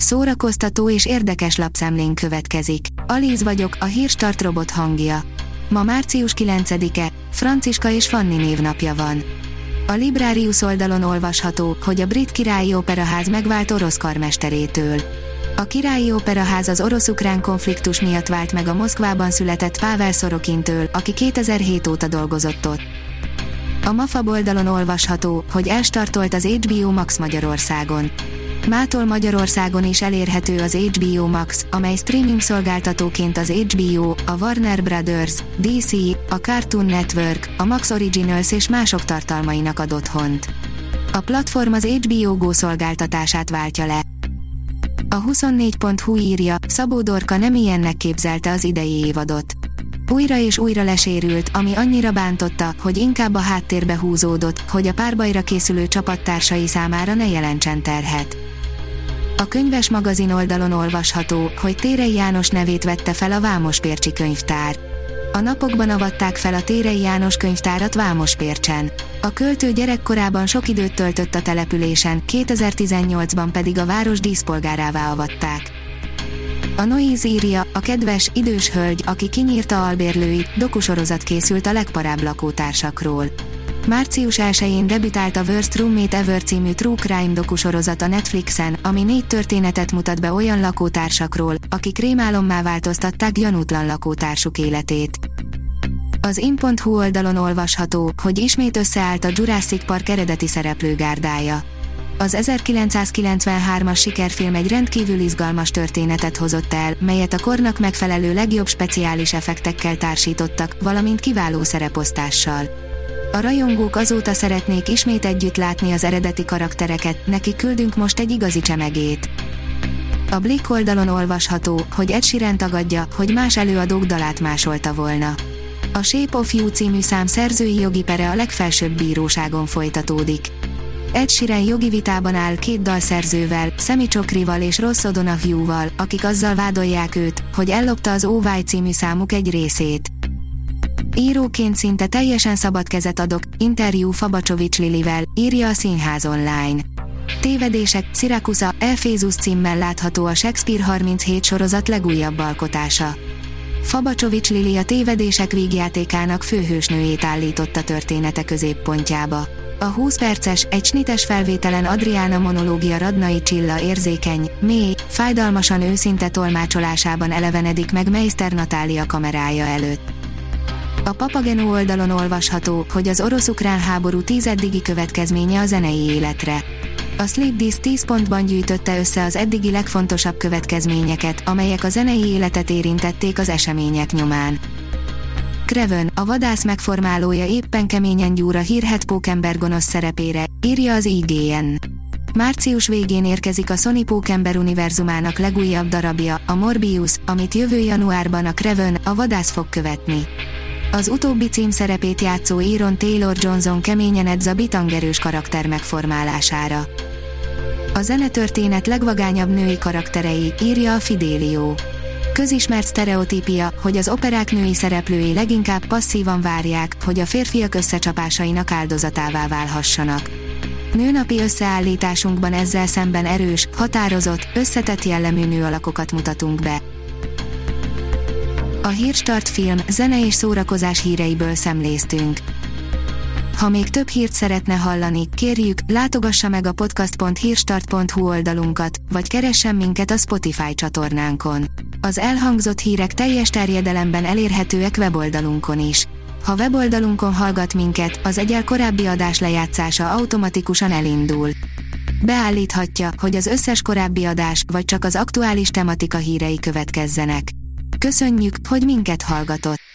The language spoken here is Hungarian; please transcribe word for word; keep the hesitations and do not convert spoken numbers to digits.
szórakoztató és érdekes lapszemlén következik. Alíz vagyok, a Hírstart robot hangja. Ma március kilencedike, Franciska és Fanni névnapja van. A Librarius oldalon olvasható, hogy a brit királyi operaház megvált orosz karmesterétől. A királyi operaház az orosz-ukrán konfliktus miatt vált meg a Moszkvában született Pavel Szorokintől, aki kétezer-hét óta dolgozott ott. A Mafab oldalon olvasható, hogy elstartolt az há bé o Max Magyarországon. Mától Magyarországon is elérhető az há bé o Max, amely streaming szolgáltatóként az há bé o, a Warner Brothers, dé cé, a Cartoon Network, a Max Originals és mások tartalmainak ad otthont. A platform az há bé o Go szolgáltatását váltja le. A huszonnégy pont hu írja, Szabó Dorka nem ilyennek képzelte az idei évadot. Újra és újra lesérült, ami annyira bántotta, hogy inkább a háttérbe húzódott, hogy a párbajra készülő csapattársai számára ne jelentsen terhet. A Könyves magazin oldalon olvasható, hogy Térei János nevét vette fel a Vámospércsi könyvtár. A napokban avatták fel a Térei János könyvtárat Vámospércsen. A költő gyerekkorában sok időt töltött a településen, kétezer-tizennyolcban pedig a város díszpolgárává avatták. A Noise írja, a kedves, idős hölgy, aki kinyírta albérlőit, dokusorozat készült a legparább lakótársakról. március elsején debütált a Worst Roommate Ever című True Crime dokusorozat a Netflixen, ami négy történetet mutat be olyan lakótársakról, akik rémálommá változtatták gyanútlan lakótársuk életét. Az in pont hu oldalon olvasható, hogy ismét összeállt a Jurassic Park eredeti szereplőgárdája. Az ezerkilencszázkilencvenhármas sikerfilm egy rendkívül izgalmas történetet hozott el, melyet a kornak megfelelő legjobb speciális effektekkel társítottak, valamint kiváló szereposztással. A rajongók azóta szeretnék ismét együtt látni az eredeti karaktereket, nekik küldünk most egy igazi csemegét. A Blick oldalon olvasható, hogy Ed Sheeran tagadja, hogy más előadók dalát másolta volna. A Shape of You című szám szerzői jogi pere a legfelsőbb bíróságon folytatódik. Ed Sheeran jogi vitában áll két dalszerzővel, Sammy Chokrival és Ross O'Donoghue-val, akik azzal vádolják őt, hogy ellopta az Oh Why című számuk egy részét. Íróként szinte teljesen szabad kezet adok, interjú Fabacsovics Lilivel, írja a Színház online. Tévedések, Szirakusza, Efézus címmel látható a Shakespeare harminchét sorozat legújabb alkotása. Fabacsovics Lili a Tévedések vígjátékának főhősnőjét állította története középpontjába. A húsz perces, egy snites felvételen Adriána monológia Radnai Csilla érzékeny, mély, fájdalmasan őszinte tolmácsolásában elevenedik meg Meister Natália kamerája előtt. A Papageno oldalon olvasható, hogy az orosz-ukrán háború tizeddigi következménye a zenei életre. A Sleep Disc tíz pontban gyűjtötte össze az eddigi legfontosabb következményeket, amelyek a zenei életet érintették az események nyomán. Craven, a vadász megformálója éppen keményen gyúr a hírhedt pókember gonosz szerepére, írja az i gé en. Március végén érkezik a Sony Pókember univerzumának legújabb darabja, a Morbius, amit jövő januárban a Craven, a vadász fog követni. Az utóbbi cím szerepét játszó Aaron Taylor Johnson keményen edz a bitangerős karakter megformálására. A zenetörténet legvagányabb női karakterei, írja a Fidelio. Közismert sztereotípia, hogy az operák női szereplői leginkább passzívan várják, hogy a férfiak összecsapásainak áldozatává válhassanak. Nőnapi összeállításunkban ezzel szemben erős, határozott, összetett jellemű nőalakokat mutatunk be. A Hírstart film, zene és szórakozás híreiből szemléztünk. Ha még több hírt szeretne hallani, kérjük, látogassa meg a podcast pont hírstart pont hu oldalunkat, vagy keressen minket a Spotify csatornánkon. Az elhangzott hírek teljes terjedelemben elérhetőek weboldalunkon is. Ha weboldalunkon hallgat minket, az egyel korábbi adás lejátszása automatikusan elindul. Beállíthatja, hogy az összes korábbi adás, vagy csak az aktuális tematika hírei következzenek. Köszönjük, hogy minket hallgatott!